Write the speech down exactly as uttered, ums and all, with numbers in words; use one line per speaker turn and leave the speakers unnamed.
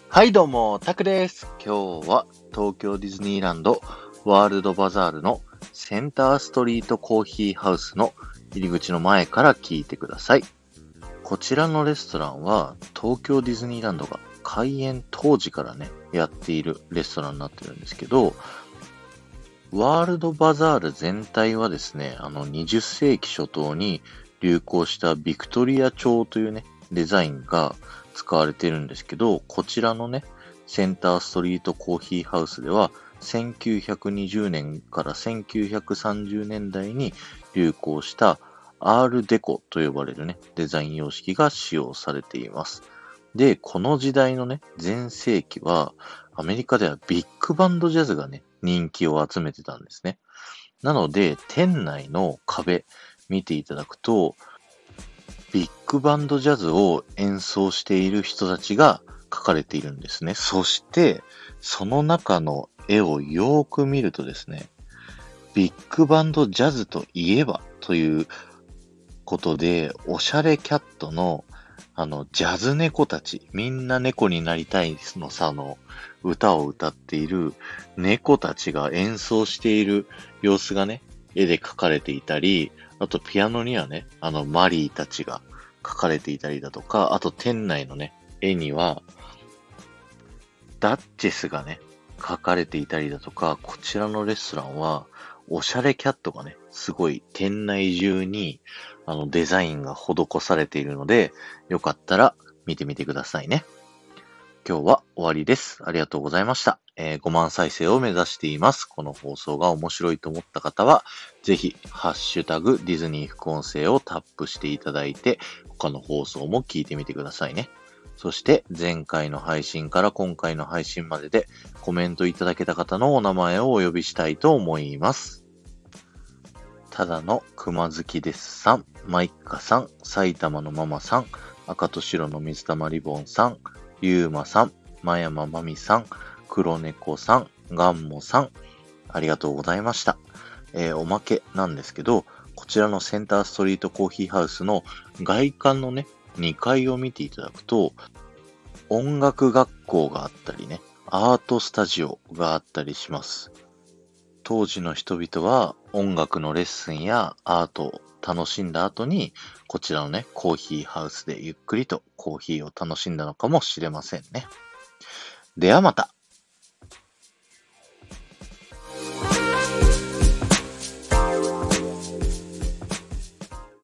はいどうも、タクです。今日は東京ディズニーランドワールドバザールのセンターストリートコーヒーハウスの入り口の前から聞いてください。こちらのレストランは東京ディズニーランドが開園当時からね、やっているレストランになってるんですけど、ワールドバザール全体はですね、あのにじゅっせいき初頭に流行したビクトリア調というね、デザインが使われているんですけど、こちらのね、センターストリートコーヒーハウスでは、せんきゅうひゃくにじゅうねんからせんきゅうひゃくさんじゅうねんだいに流行したアールデコと呼ばれるね、デザイン様式が使用されています。で、この時代のね、全盛期は、アメリカではビッグバンドジャズがね、人気を集めてたんですね。なので、店内の壁見ていただくと、ビッグバンドジャズを演奏している人たちが描かれているんですね。そして、その中の絵をよーく見るとですね、ビッグバンドジャズといえばということで、おしゃれキャットのあの、ジャズ猫たち、みんな猫になりたいのさの歌を歌っている猫たちが演奏している様子がね、絵で描かれていたり、あとピアノにはね、あのマリーたちが描かれていたりだとか、あと店内のね、絵には、ダッチェスがね、描かれていたりだとか、こちらのレストランは、おしゃれキャットがね、すごい店内中にあのデザインが施されているので、よかったら見てみてくださいね。今日は終わりです。ありがとうございました。えー、ごまん再生を目指しています。この放送が面白いと思った方は、ぜひ、ハッシュタグディズニー副音声をタップしていただいて、他の放送も聞いてみてくださいね。そして前回の配信から今回の配信まででコメントいただけた方のお名前をお呼びしたいと思います。ただの熊好きですさん、マイカさん、埼玉のママさん、赤と白の水玉リボンさん、ゆうまさん、まやままみさん、黒猫さん、ガンモさん、ありがとうございました。えー、おまけなんですけど、こちらのセンターストリートコーヒーハウスの外観のね、にかいを見ていただくと、音楽学校があったりね、アートスタジオがあったりします。当時の人々は音楽のレッスンやアートを楽しんだ後に、こちらのね、コーヒーハウスでゆっくりとコーヒーを楽しんだのかもしれませんね。ではまた。